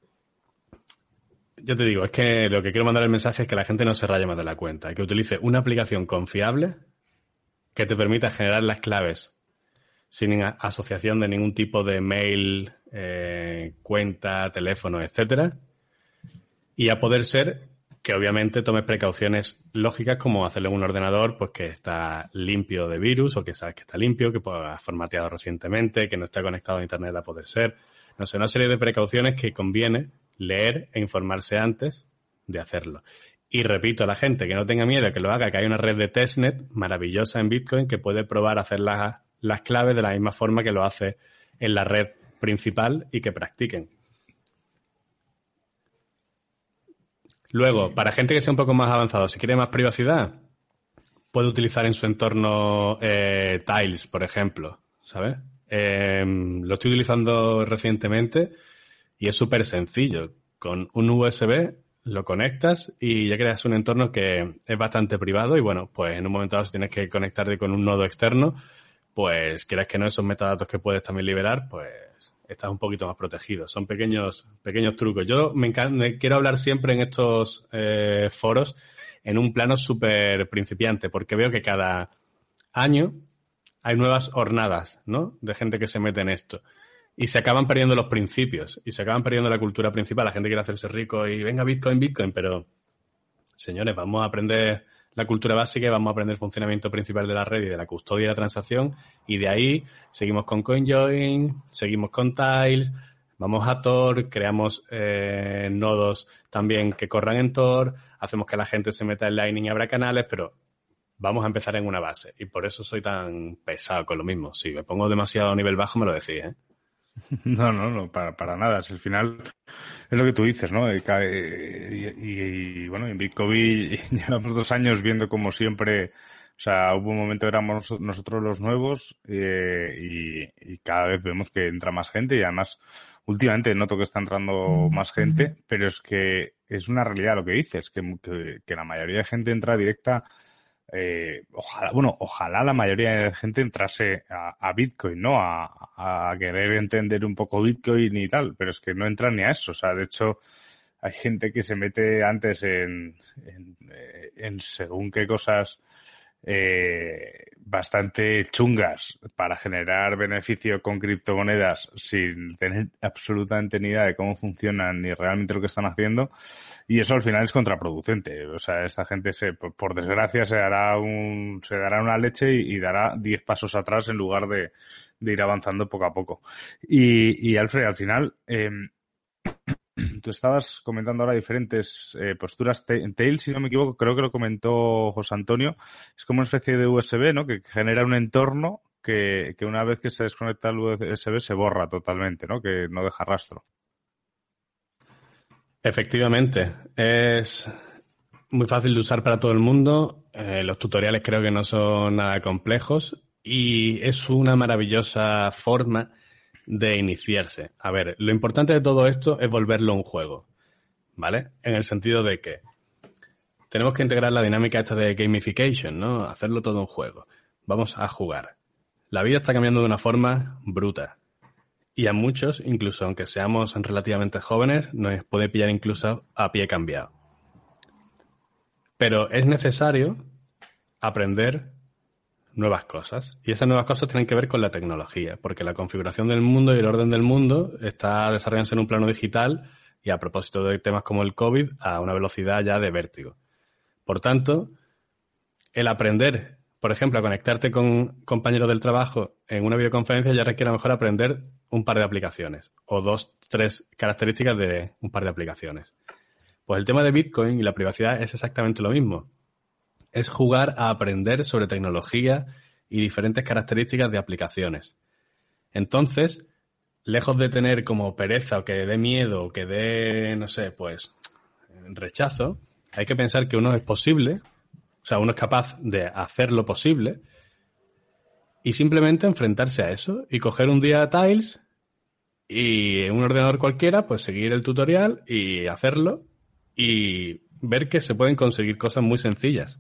yo te digo, es que lo que quiero mandar el mensaje es que la gente no se raye más de la cuenta, que utilice una aplicación confiable que te permita generar las claves sin asociación de ningún tipo de mail, cuenta, teléfono, etcétera. Y a poder ser que obviamente tomes precauciones lógicas como hacerlo en un ordenador pues que está limpio de virus o que sabes que está limpio, que has formateado recientemente, que no está conectado a internet a poder ser. No sé, una serie de precauciones que conviene leer e informarse antes de hacerlo. Y repito a la gente que no tenga miedo a que lo haga, que hay una red de testnet maravillosa en Bitcoin que puede probar a hacer las claves de la misma forma que lo hace en la red principal y que practiquen. Luego, para gente que sea un poco más avanzado, si quiere más privacidad, puede utilizar en su entorno Tiles, por ejemplo, ¿sabes? Lo estoy utilizando recientemente y es súper sencillo. Con un USB lo conectas y ya creas un entorno que es bastante privado y bueno, pues en un momento dado si tienes que conectarte con un nodo externo, pues quieras que no, esos metadatos que puedes también liberar, pues estás un poquito más protegido. Son pequeños trucos. Yo me quiero hablar siempre en estos foros en un plano súper principiante, porque veo que cada año hay nuevas hornadas, ¿no? De gente que se mete en esto. Y se acaban perdiendo los principios, y se acaban perdiendo la cultura principal. La gente quiere hacerse rico y venga Bitcoin, pero señores, vamos a aprender la cultura básica y vamos a aprender el funcionamiento principal de la red y de la custodia y la transacción, y de ahí seguimos con CoinJoin, seguimos con Tiles, vamos a Tor, creamos nodos también que corran en Tor, hacemos que la gente se meta en Lightning y abra canales, pero vamos a empezar en una base, y por eso soy tan pesado con lo mismo. Si me pongo demasiado a nivel bajo me lo decís, ¿eh? No, para nada. Si al final es lo que tú dices, ¿no? Y bueno, en Bitcoin llevamos 2 años viendo como siempre, o sea, hubo un momento que éramos nosotros los nuevos y cada vez vemos que entra más gente y además últimamente noto que está entrando más gente, pero es que es una realidad lo que dices, que la mayoría de gente entra directa ojalá la mayoría de gente entrase a Bitcoin, ¿no? A querer entender un poco Bitcoin y tal, pero es que no entran ni a eso. O sea, de hecho, hay gente que se mete antes en según qué cosas bastante chungas para generar beneficio con criptomonedas sin tener absolutamente ni idea de cómo funcionan ni realmente lo que están haciendo, y eso al final es contraproducente. O sea, esta gente por desgracia se dará una leche y dará 10 pasos atrás en lugar de ir avanzando poco a poco. Y Alfred, al final tú estabas comentando ahora diferentes posturas. Tails, si no me equivoco, creo que lo comentó José Antonio, es como una especie de USB, ¿no? Que genera un entorno que una vez que se desconecta el USB se borra totalmente, ¿no? Que no deja rastro. Efectivamente, es muy fácil de usar para todo el mundo. Los tutoriales creo que no son nada complejos y es una maravillosa forma de iniciarse. A ver, lo importante de todo esto es volverlo un juego, ¿vale? En el sentido de que tenemos que integrar la dinámica esta de gamification, ¿no? Hacerlo todo un juego. Vamos a jugar. La vida está cambiando de una forma bruta. Y a muchos, incluso aunque seamos relativamente jóvenes, nos puede pillar incluso a pie cambiado. Pero es necesario aprender nuevas cosas. Y esas nuevas cosas tienen que ver con la tecnología, porque la configuración del mundo y el orden del mundo está desarrollándose en un plano digital y, a propósito de temas como el COVID, a una velocidad ya de vértigo. Por tanto, el aprender, por ejemplo, a conectarte con compañeros del trabajo en una videoconferencia ya requiere a lo mejor aprender un par de aplicaciones o 2, 3 características de un par de aplicaciones. Pues el tema de Bitcoin y la privacidad es exactamente lo mismo. Es jugar a aprender sobre tecnología y diferentes características de aplicaciones. Entonces, lejos de tener como pereza o que dé miedo o que dé, no sé, pues rechazo, hay que pensar que uno es posible, o sea, uno es capaz de hacer lo posible y simplemente enfrentarse a eso y coger un día Tails y en un ordenador cualquiera, pues seguir el tutorial y hacerlo y ver que se pueden conseguir cosas muy sencillas.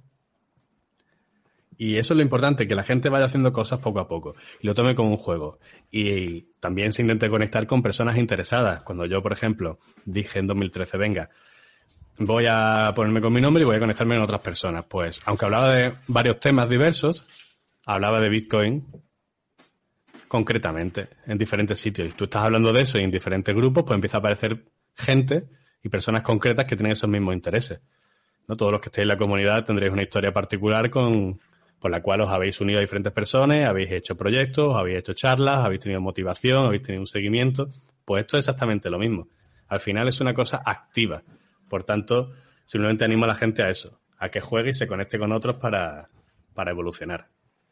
Y eso es lo importante, que la gente vaya haciendo cosas poco a poco y lo tome como un juego. Y también se intente conectar con personas interesadas. Cuando yo, por ejemplo, dije en 2013, venga, voy a ponerme con mi nombre y voy a conectarme con otras personas. Pues, aunque hablaba de varios temas diversos, hablaba de Bitcoin concretamente en diferentes sitios. Y tú estás hablando de eso y en diferentes grupos, pues empieza a aparecer gente y personas concretas que tienen esos mismos intereses, ¿no? Todos los que estéis en la comunidad tendréis una historia particular por la cual os habéis unido a diferentes personas, habéis hecho proyectos, habéis hecho charlas, habéis tenido motivación, habéis tenido un seguimiento. Pues esto es exactamente lo mismo. Al final es una cosa activa. Por tanto, simplemente animo a la gente a eso, a que juegue y se conecte con otros para evolucionar.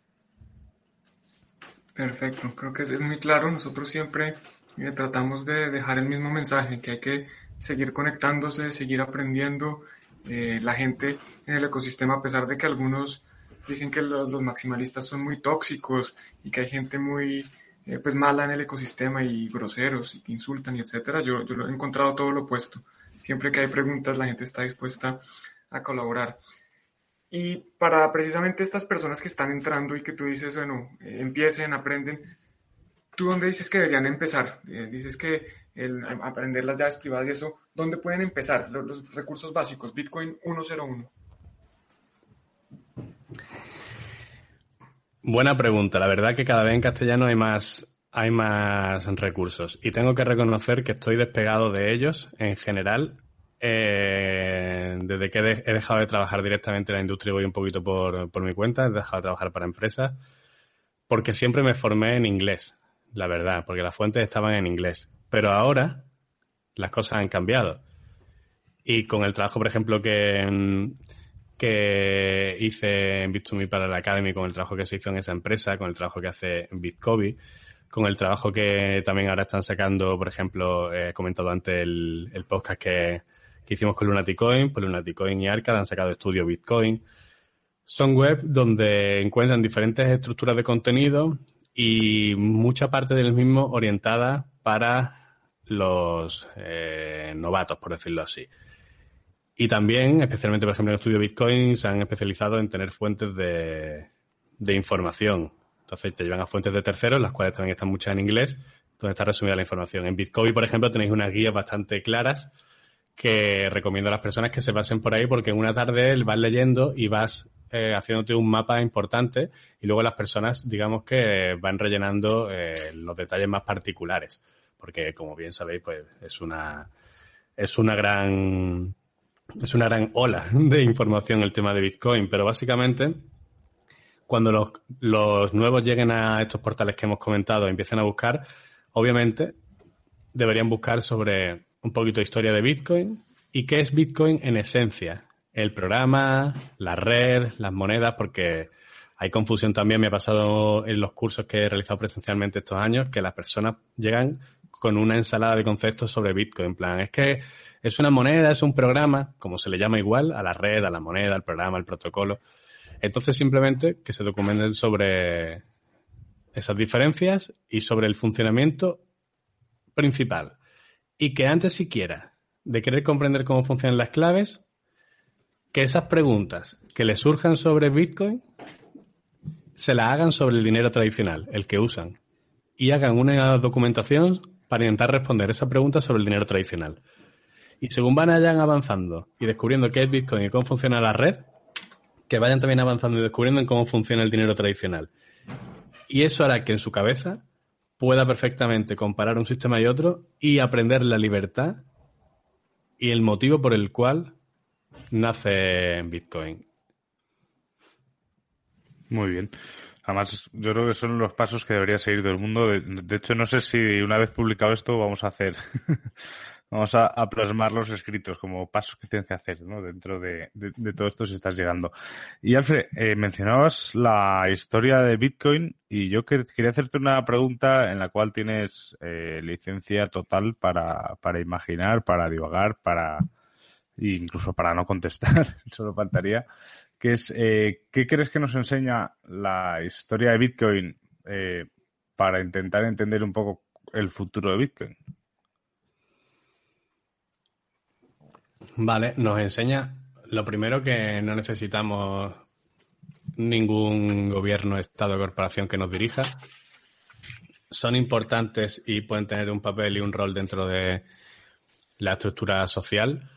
Perfecto, creo que es muy claro. Nosotros siempre tratamos de dejar el mismo mensaje, que hay que seguir conectándose, seguir aprendiendo. La gente en el ecosistema, a pesar de que algunos dicen que los maximalistas son muy tóxicos y que hay gente muy pues mala en el ecosistema y groseros y que insultan y etcétera, yo lo he encontrado todo lo opuesto. Siempre que hay preguntas, la gente está dispuesta a colaborar. Y para precisamente estas personas que están entrando y que tú dices, bueno, empiecen, aprenden, ¿tú dónde dices que deberían empezar? Dices que aprender las llaves privadas y eso, ¿dónde pueden empezar? Los recursos básicos, Bitcoin 101. Buena pregunta. La verdad que cada vez en castellano hay más recursos y tengo que reconocer que estoy despegado de ellos en general. Desde que he dejado de trabajar directamente en la industria y voy un poquito por mi cuenta, he dejado de trabajar para empresas porque siempre me formé en inglés, la verdad, porque las fuentes estaban en inglés. Pero ahora las cosas han cambiado. Y con el trabajo, por ejemplo, que hice en Bit2Me para la Academy, con el trabajo que se hizo en esa empresa, con el trabajo que hace Bitcoin, con el trabajo que también ahora están sacando, por ejemplo, he comentado antes el podcast que hicimos con Lunaticoin, pues Lunaticoin y Arcad han sacado estudio Bitcoin. Son web donde encuentran diferentes estructuras de contenido y mucha parte del mismo orientada para los novatos, por decirlo así. Y también, especialmente, por ejemplo, en el estudio Bitcoin, se han especializado en tener fuentes de información. Entonces te llevan a fuentes de terceros, las cuales también están muchas en inglés, donde está resumida la información. En Bitcoin, por ejemplo, tenéis unas guías bastante claras que recomiendo a las personas que se pasen por ahí, porque en una tarde vas leyendo y vas haciéndote un mapa importante, y luego las personas, digamos que van rellenando los detalles más particulares, porque como bien sabéis, pues es una gran ola de información el tema de Bitcoin, pero básicamente cuando los nuevos lleguen a estos portales que hemos comentado y empiecen a buscar, obviamente deberían buscar sobre un poquito de historia de Bitcoin y qué es Bitcoin en esencia. El programa, la red, las monedas, porque hay confusión también. Me ha pasado en los cursos que he realizado presencialmente estos años que las personas llegan con una ensalada de conceptos sobre Bitcoin. En plan, es que es una moneda, es un programa, como se le llama igual, a la red, a la moneda, al programa, al protocolo. Entonces, simplemente que se documenten sobre esas diferencias y sobre el funcionamiento principal. Y que antes siquiera de querer comprender cómo funcionan las claves, que esas preguntas que les surjan sobre Bitcoin se las hagan sobre el dinero tradicional, el que usan, y hagan una documentación para intentar responder esa pregunta sobre el dinero tradicional. Y según vayan avanzando y descubriendo qué es Bitcoin y cómo funciona la red, que vayan también avanzando y descubriendo en cómo funciona el dinero tradicional. Y eso hará que en su cabeza pueda perfectamente comparar un sistema y otro y aprender la libertad y el motivo por el cual nace Bitcoin. Muy bien. Además, yo creo que son los pasos que debería seguir todo el mundo. De hecho, no sé si una vez publicado esto vamos a hacer... Vamos a plasmar los escritos como pasos que tienes que hacer, ¿no? Dentro de todo esto si estás llegando. Y Alfred, mencionabas la historia de Bitcoin y yo quería hacerte una pregunta en la cual tienes licencia total para imaginar, para divagar, incluso para no contestar, solo faltaría, que es, ¿qué crees que nos enseña la historia de Bitcoin para intentar entender un poco el futuro de Bitcoin? Vale, nos enseña lo primero que no necesitamos ningún gobierno, estado o corporación que nos dirija. Son importantes y pueden tener un papel y un rol dentro de la estructura social,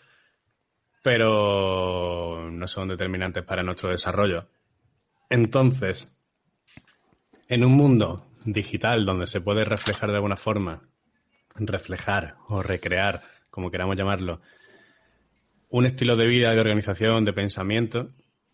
pero no son determinantes para nuestro desarrollo. Entonces, en un mundo digital donde se puede reflejar de alguna forma, reflejar o recrear, como queramos llamarlo, un estilo de vida, de organización, de pensamiento,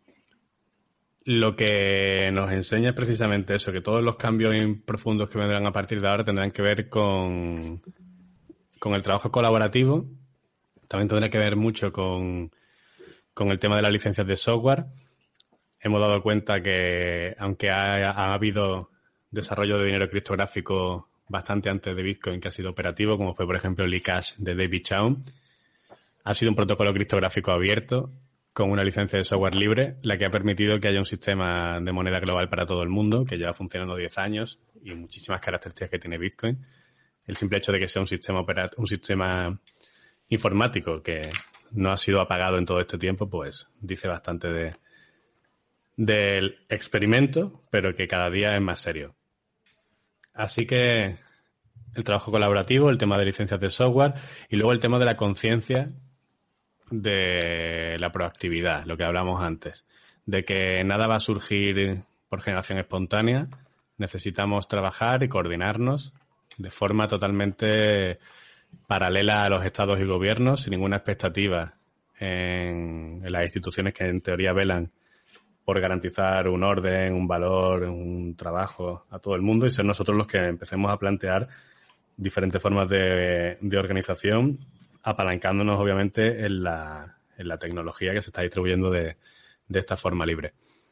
lo que nos enseña es precisamente eso, que todos los cambios profundos que vendrán a partir de ahora tendrán que ver con el trabajo colaborativo, también tendrá que ver mucho con el tema de las licencias de software. Hemos dado cuenta que, aunque ha habido desarrollo de dinero criptográfico bastante antes de Bitcoin que ha sido operativo, como fue, por ejemplo, el eCash de David Chaum, ha sido un protocolo criptográfico abierto con una licencia de software libre, la que ha permitido que haya un sistema de moneda global para todo el mundo, que lleva funcionando 10 años y muchísimas características que tiene Bitcoin. El simple hecho de que sea un sistema informático que no ha sido apagado en todo este tiempo, pues dice bastante del experimento, pero que cada día es más serio. Así que el trabajo colaborativo, el tema de licencias de software y luego el tema de la conciencia de la proactividad, lo que hablamos antes, de que nada va a surgir por generación espontánea, necesitamos trabajar y coordinarnos de forma totalmente paralela a los estados y gobiernos, sin ninguna expectativa en las instituciones que en teoría velan por garantizar un orden, un valor, un trabajo a todo el mundo y ser nosotros los que empecemos a plantear diferentes formas de organización, apalancándonos obviamente en la tecnología que se está distribuyendo de esta forma libre.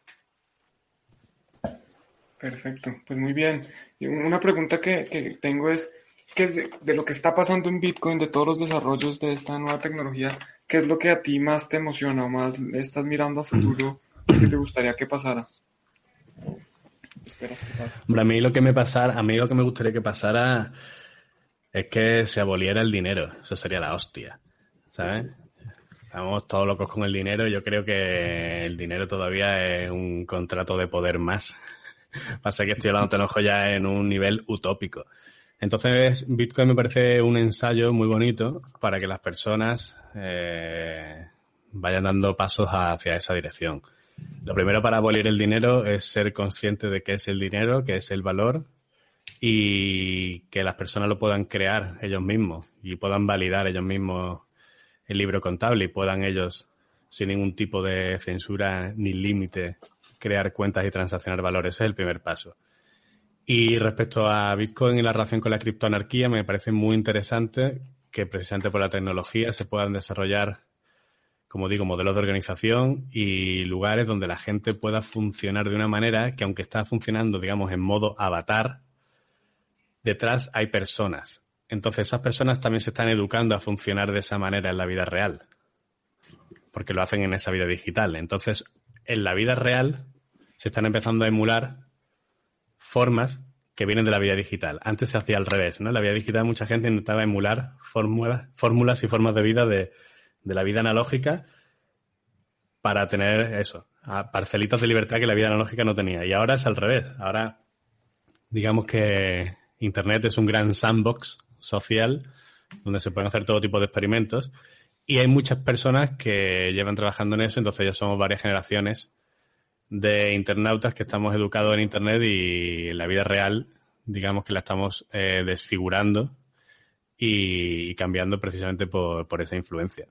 Perfecto, pues muy bien. Y una pregunta que tengo es, ¿qué es de lo que está pasando en Bitcoin, de todos los desarrollos de esta nueva tecnología, qué es lo que a ti más te emociona o más estás mirando a futuro que te gustaría que pasara? ¿Esperas que pase? Hombre, a mí lo que me gustaría que pasara es que se aboliera el dinero. Eso sería la hostia, ¿sabes? Estamos todos locos con el dinero. Yo creo que el dinero todavía es un contrato de poder más. Pasa que estoy hablando, te enojo ya en un nivel utópico. Entonces, Bitcoin me parece un ensayo muy bonito para que las personas vayan dando pasos hacia esa dirección. Lo primero para abolir el dinero es ser consciente de qué es el dinero, qué es el valor, y que las personas lo puedan crear ellos mismos y puedan validar ellos mismos el libro contable y puedan ellos, sin ningún tipo de censura ni límite, crear cuentas y transaccionar valores. Ese es el primer paso. Y respecto a Bitcoin y la relación con la criptoanarquía, me parece muy interesante que precisamente por la tecnología se puedan desarrollar, como digo, modelos de organización y lugares donde la gente pueda funcionar de una manera que, aunque está funcionando, digamos, en modo avatar, detrás hay personas. Entonces esas personas también se están educando a funcionar de esa manera en la vida real, porque lo hacen en esa vida digital. Entonces, en la vida real se están empezando a emular formas que vienen de la vida digital. Antes se hacía al revés, ¿no? En la vida digital mucha gente intentaba emular fórmulas y formas de vida de la vida analógica para tener eso, parcelitas de libertad que la vida analógica no tenía. Y ahora es al revés. Ahora, digamos que Internet es un gran sandbox social donde se pueden hacer todo tipo de experimentos y hay muchas personas que llevan trabajando en eso. Entonces ya somos varias generaciones de internautas que estamos educados en Internet y en la vida real, digamos que la estamos desfigurando y cambiando precisamente por esa influencia.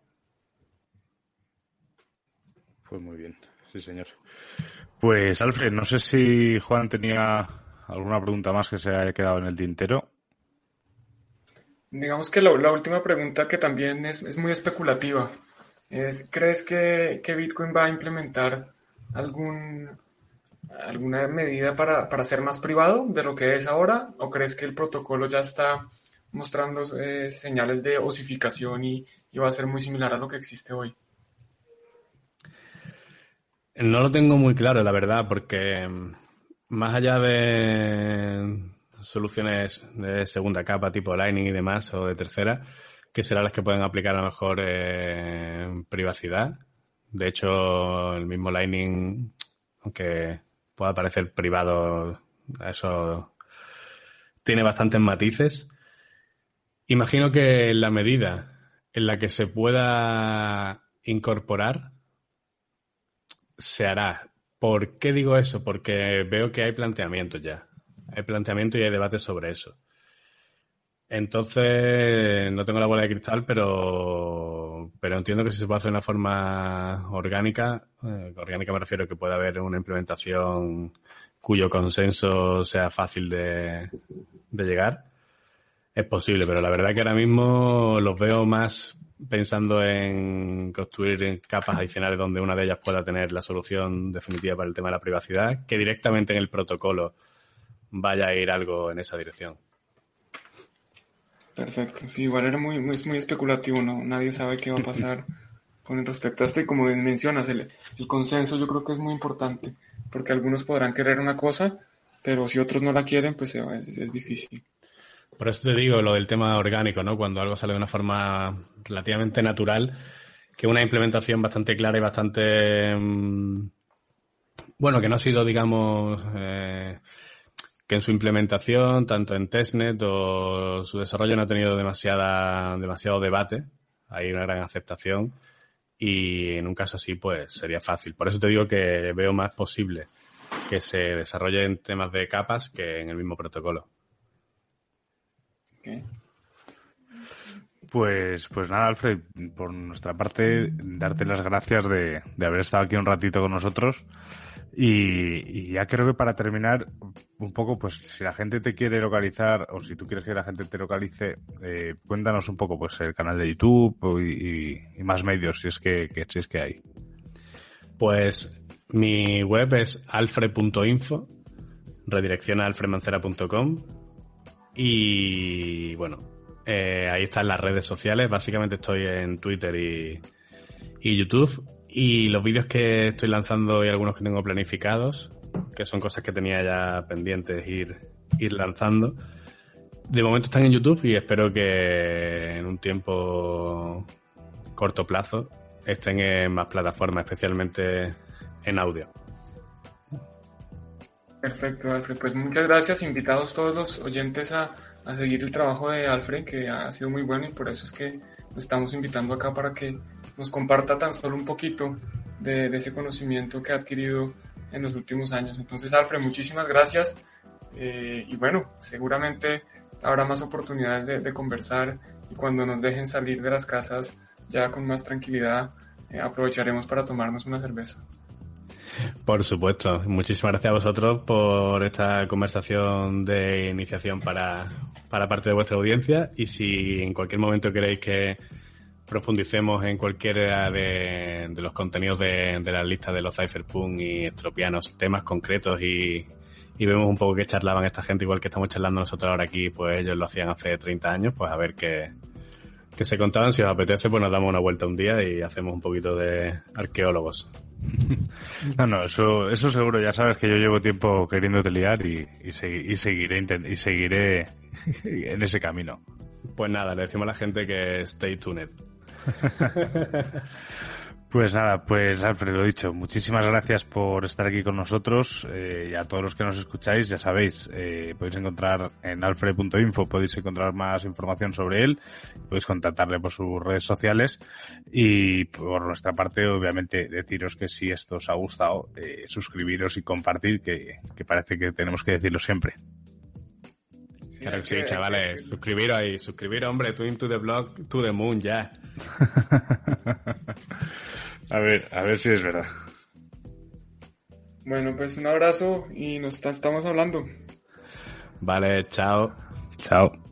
Pues muy bien, sí señor. Pues Alfred, no sé si Juan tenía alguna pregunta más que se haya quedado en el tintero. Digamos que la última pregunta, que también es muy especulativa, es: ¿crees que Bitcoin va a implementar alguna medida para ser más privado de lo que es ahora? ¿O crees que el protocolo ya está mostrando señales de osificación y va a ser muy similar a lo que existe hoy? No lo tengo muy claro, la verdad, porque más allá de soluciones de segunda capa tipo Lightning y demás, o de tercera, que serán las que pueden aplicar a lo mejor privacidad. De hecho, el mismo Lightning, aunque pueda parecer privado, eso tiene bastantes matices. Imagino que en la medida en la que se pueda incorporar, se hará. ¿Por qué digo eso? Porque veo que hay planteamientos ya. Hay planteamientos y hay debates sobre eso. Entonces, no tengo la bola de cristal, pero entiendo que si se puede hacer de una forma orgánica, orgánica me refiero a que pueda haber una implementación cuyo consenso sea fácil de llegar, es posible. Pero la verdad que ahora mismo los veo más pensando en construir capas adicionales donde una de ellas pueda tener la solución definitiva para el tema de la privacidad, que directamente en el protocolo vaya a ir algo en esa dirección. Perfecto. Sí, igual era muy especulativo, ¿no? Nadie sabe qué va a pasar con respecto a esto. Y como mencionas, el consenso yo creo que es muy importante, porque algunos podrán querer una cosa, pero si otros no la quieren, pues es difícil. Por eso te digo lo del tema orgánico, ¿no? Cuando algo sale de una forma relativamente natural, que una implementación bastante clara y bastante... bueno, que no ha sido, digamos... que en su implementación, tanto en testnet o su desarrollo, no ha tenido demasiado debate. Hay una gran aceptación y en un caso así, pues sería fácil. Por eso te digo que veo más posible que se desarrolle en temas de capas que en el mismo protocolo. Okay. Pues nada, Alfred, por nuestra parte, darte las gracias de haber estado aquí un ratito con nosotros. Y ya creo que para terminar, un poco, pues si la gente te quiere localizar o si tú quieres que la gente te localice, cuéntanos un poco pues el canal de YouTube y más medios, si es que hay. Pues mi web es alfred.info, redirecciona a alfredmancera.com y bueno, ahí están las redes sociales. Básicamente estoy en Twitter y YouTube. Y los vídeos que estoy lanzando y algunos que tengo planificados, que son cosas que tenía ya pendientes ir lanzando, de momento están en YouTube y espero que en un tiempo corto plazo estén en más plataformas, especialmente en audio. Perfecto, Alfred. Pues muchas gracias. Invitados todos los oyentes a seguir el trabajo de Alfred, que ha sido muy bueno, y por eso es que lo estamos invitando acá para que nos comparta tan solo un poquito de ese conocimiento que ha adquirido en los últimos años. Entonces, Alfred, muchísimas gracias. Y bueno, seguramente habrá más oportunidades de conversar, y cuando nos dejen salir de las casas ya con más tranquilidad, aprovecharemos para tomarnos una cerveza. Por supuesto. Muchísimas gracias a vosotros por esta conversación de iniciación para parte de vuestra audiencia, y si en cualquier momento queréis que profundicemos en cualquiera de los contenidos de las listas de los cypherpunk y estropianos, temas concretos, y vemos un poco qué charlaban esta gente, igual que estamos charlando nosotros ahora aquí, pues ellos lo hacían hace 30 años, pues a ver qué se contaban. Si os apetece, pues nos damos una vuelta un día y hacemos un poquito de arqueólogos. No, eso seguro. Ya sabes que yo llevo tiempo queriéndote liar y seguiré en ese camino. Pues nada, le decimos a la gente que stay tuned. Pues nada, pues Alfred, lo dicho, muchísimas gracias por estar aquí con nosotros, y a todos los que nos escucháis, ya sabéis, podéis encontrar en alfred.info, podéis encontrar más información sobre él, podéis contactarle por sus redes sociales, y por nuestra parte, obviamente, deciros que si esto os ha gustado, suscribiros y compartir, que parece que tenemos que decirlo siempre. Claro que sí, chavales, suscribiros, hombre, Twin to the Block, to the Moon, ya. A ver si es verdad. Bueno, pues un abrazo y nos estamos hablando. Vale, chao. Chao.